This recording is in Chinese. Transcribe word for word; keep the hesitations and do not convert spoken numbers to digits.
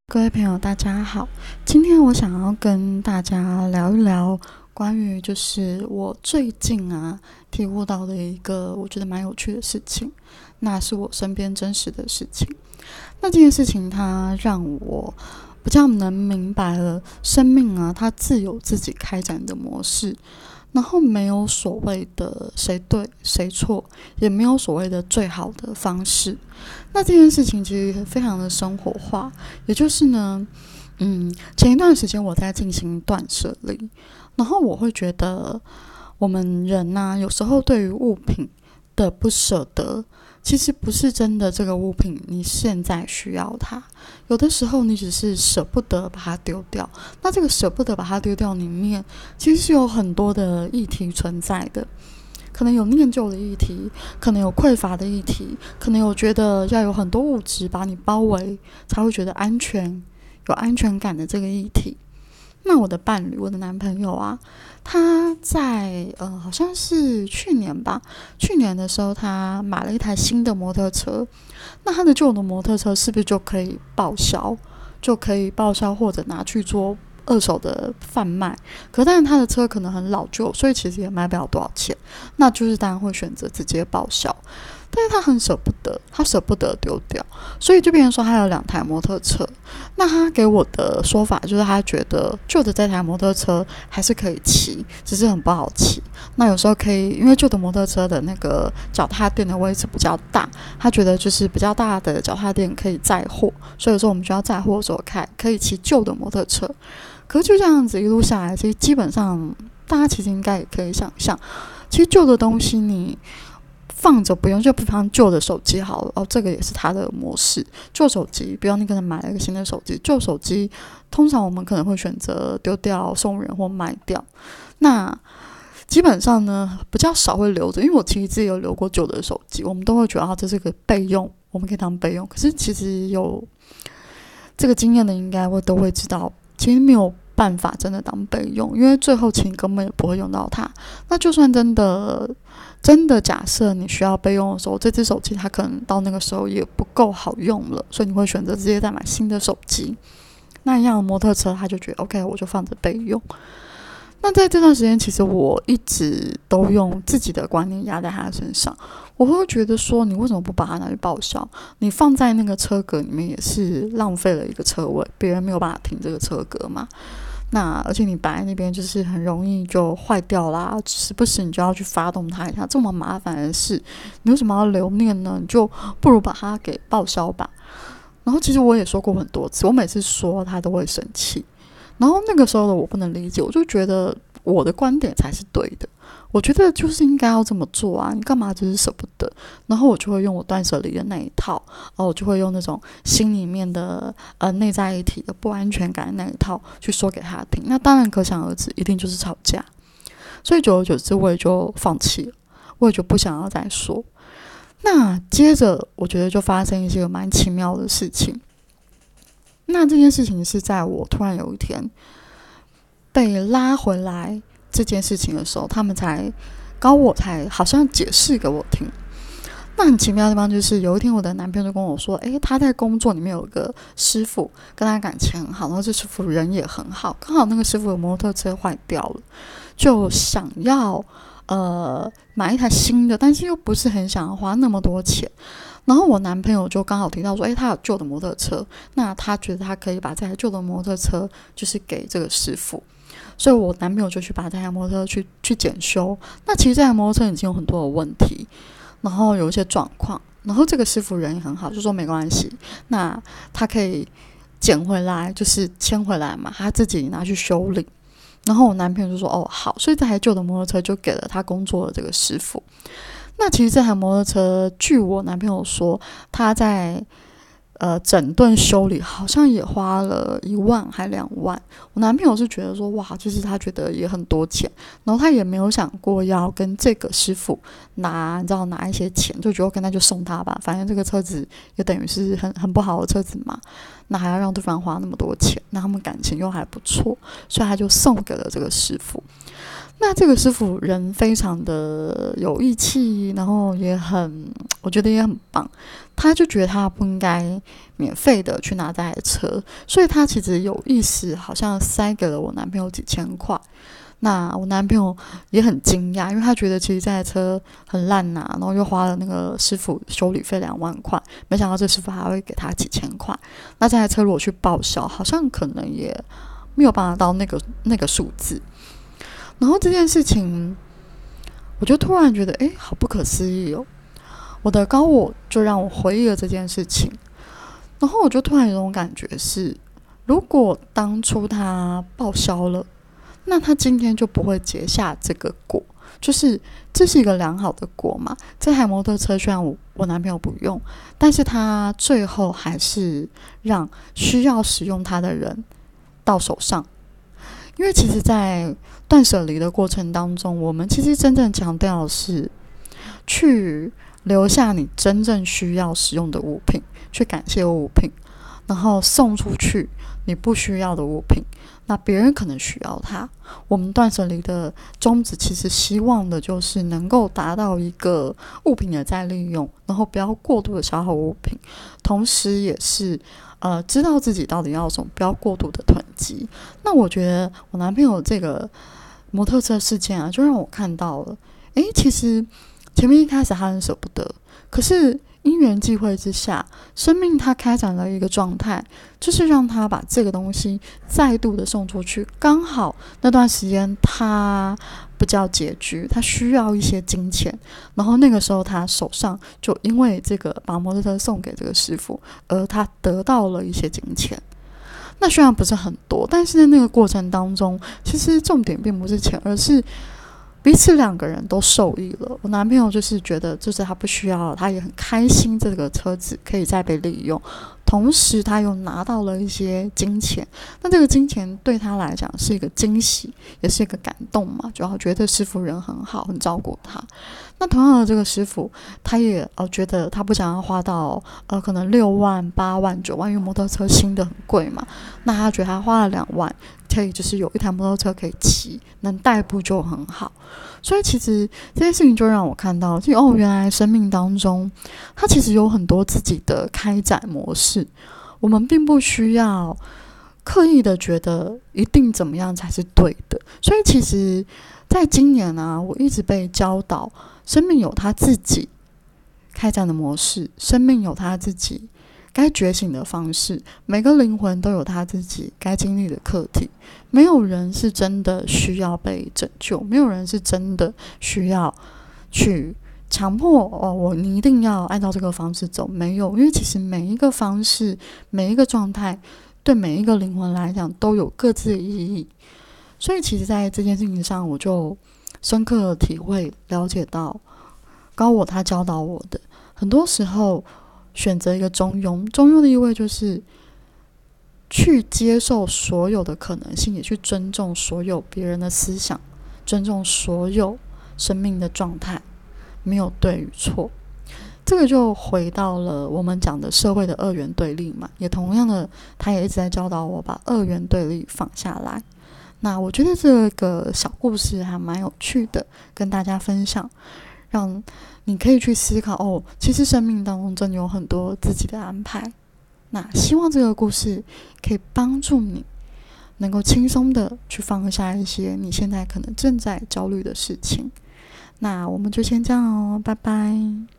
各位朋友大家好，今天我想要跟大家聊一聊关于就是我最近啊体悟到的一个我觉得蛮有趣的事情，那是我身边真实的事情。那这件事情它让我比较能明白了生命啊它自有自己开展的模式，然后没有所谓的谁对谁错，也没有所谓的最好的方式。那这件事情其实非常的生活化，也就是呢，嗯，前一段时间我在进行断舍离，然后我会觉得我们人呐、啊，有时候对于物品的不舍得，其实不是真的这个物品你现在需要它，有的时候你只是舍不得把它丢掉。那这个舍不得把它丢掉里面，其实是有很多的议题存在的。可能有念旧的议题，可能有匮乏的议题，可能有觉得要有很多物质把你包围才会觉得安全、有安全感的这个议题。那我的伴侣，我的男朋友啊，他在呃好像是去年吧，去年的时候他买了一台新的摩托车。那他的旧的摩托车是不是就可以报销，就可以报销或者拿去做二手的贩卖？可是但是他的车可能很老旧，所以其实也卖不了多少钱，那就是当然会选择直接报销。但是他很舍不得，他舍不得丢掉，所以就变成说他有两台摩托车。那他给我的说法就是他觉得旧的这台摩托车还是可以骑，只是很不好骑。那有时候可以，因为旧的摩托车的那个脚踏垫的位置比较大，他觉得就是比较大的脚踏垫可以载货，所以有时候我们需要载货的时候开可以骑旧的摩托车。可是就这样子一路下来，其实基本上大家其实应该也可以想象，其实旧的东西你放着不用，就比方旧的手机好了，哦，这个也是它的模式。旧手机，比方你可能买了一个新的手机，旧手机通常我们可能会选择丢掉、送人或卖掉。那基本上呢，比较少会留着，因为我其实自己有留过旧的手机，我们都会觉得啊，这是个备用，我们可以当备用。可是其实有这个经验的，应该会都会知道，其实没有办法真的当备用，因为最后其实根本也不会用到它。那就算真的真的假设你需要备用的时候，这只手机它可能到那个时候也不够好用了，所以你会选择直接再买新的手机。那一样的摩托车，他就觉得 OK， 我就放着备用。那在这段时间，其实我一直都用自己的观念压在他身上。我会觉得说，你为什么不把它拿去报销？你放在那个车格里面也是浪费了一个车位，别人没有办法停这个车格嘛。那而且你摆在那边就是很容易就坏掉啦，时不时你就要去发动它一下，这么麻烦的事，你为什么要留念呢？你就不如把它给报销吧。然后其实我也说过很多次，我每次说他都会生气。然后那个时候的我不能理解，我就觉得我的观点才是对的，我觉得就是应该要这么做啊，你干嘛就是舍不得？然后我就会用我断舍离的那一套，然后我就会用那种心里面的呃内在一体的不安全感的那一套去说给他听。那当然可想而知，一定就是吵架。所以久而久之，我也就放弃了，我也就不想要再说。那接着，我觉得就发生一些蛮奇妙的事情。那这件事情是在我突然有一天被拉回来这件事情的时候，他们才高我才好像解释给我听。那很奇妙的地方就是，有一天我的男朋友就跟我说，诶，他在工作里面有个师傅跟他感情很好，然后这师傅人也很好，刚好那个师傅的摩托车坏掉了，就想要呃买一台新的，但是又不是很想要花那么多钱。然后我男朋友就刚好提到说，诶，他有旧的摩托车，那他觉得他可以把这台旧的摩托车就是给这个师傅，所以我男朋友就去把这台摩托车去去检修。那其实这台摩托车已经有很多的问题，然后有一些状况，然后这个师傅人也很好，就说没关系，那他可以捡回来，就是牵回来嘛，他自己拿去修理。然后我男朋友就说哦好，所以这台旧的摩托车就给了他工作的这个师傅。那其实这台摩托车，据我男朋友说，他在呃整顿修理好像也花了一万还两万。我男朋友是觉得说哇，就是他觉得也很多钱，然后他也没有想过要跟这个师傅拿，你知道拿一些钱，就觉得跟他就送他吧，反正这个车子也等于是很很不好的车子嘛。 那还要让对方花那么多钱，那他们感情又还不错，所以他就送给了这个师傅。那这个师傅人非常的有义气，然后也很，我觉得也很棒。他就觉得他不应该免费的去拿这台车，所以他其实有意识，好像塞给了我男朋友几千块。那我男朋友也很惊讶，因为他觉得其实这台车很烂呐、啊，然后又花了那个师傅修理费两万块，没想到这师傅还会给他几千块。那这台车如果去报销，好像可能也没有办法到那个那个数字。然后这件事情，我就突然觉得，哎，好不可思议哦！我的高我就让我回忆了这件事情，然后我就突然有种感觉是，如果当初他报销了，那他今天就不会结下这个果，就是这是一个良好的果嘛。这台摩托车虽然我我男朋友不用，但是他最后还是让需要使用它的人到手上。因为其实在断舍离的过程当中，我们其实真正强调的是去留下你真正需要使用的物品，去感谢物品，然后送出去你不需要的物品，那别人可能需要它。我们断舍离的宗旨其实希望的就是能够达到一个物品的再利用，然后不要过度的消耗物品，同时也是呃知道自己到底要什么，不要过度的囤积。那我觉得我男朋友这个摩托车事件啊，就让我看到了，诶，其实前面一开始他很舍不得，可是因缘际会之下，生命它开展了一个状态，就是让他把这个东西再度的送出去。刚好那段时间他不叫拮据，他需要一些金钱，然后那个时候他手上就因为这个把摩托车送给这个师傅，而他得到了一些金钱。那虽然不是很多，但是在那个过程当中，其实重点并不是钱，而是彼此两个人都受益了。我男朋友就是觉得，就是他不需要，他也很开心这个车子可以再被利用，同时他又拿到了一些金钱。那这个金钱对他来讲是一个惊喜，也是一个感动嘛，就要觉得师傅人很好，很照顾他。那同样的这个师傅，他也呃觉得他不想要花到呃可能六万、八万、九万，因为摩托车新的很贵嘛。那他觉得他花了两万，可以就是有一台摩托车可以骑，能代步就很好。所以其实这件事情就让我看到，就哦，原来生命当中，它其实有很多自己的开展模式。我们并不需要刻意的觉得一定怎么样才是对的。所以其实在今年啊，我一直被教导，生命有他自己开展的模式，生命有他自己该觉醒的方式，每个灵魂都有他自己该经历的课题。没有人是真的需要被拯救，没有人是真的需要去强迫哦，我你一定要按照这个方式走。没有，因为其实每一个方式，每一个状态，对每一个灵魂来讲都有各自的意义。所以其实在这件事情上，我就深刻的体会了解到高我他教导我的，很多时候选择一个中庸，中庸的意味就是去接受所有的可能性，也去尊重所有别人的思想，尊重所有生命的状态，没有对与错。这个就回到了我们讲的社会的二元对立嘛，也同样的，他也一直在教导我把二元对立放下来。那我觉得这个小故事还蛮有趣的，跟大家分享，让你可以去思考哦，其实生命当中真的有很多自己的安排。那希望这个故事可以帮助你能够轻松的去放下一些你现在可能正在焦虑的事情。那我们就先这样哦，拜拜。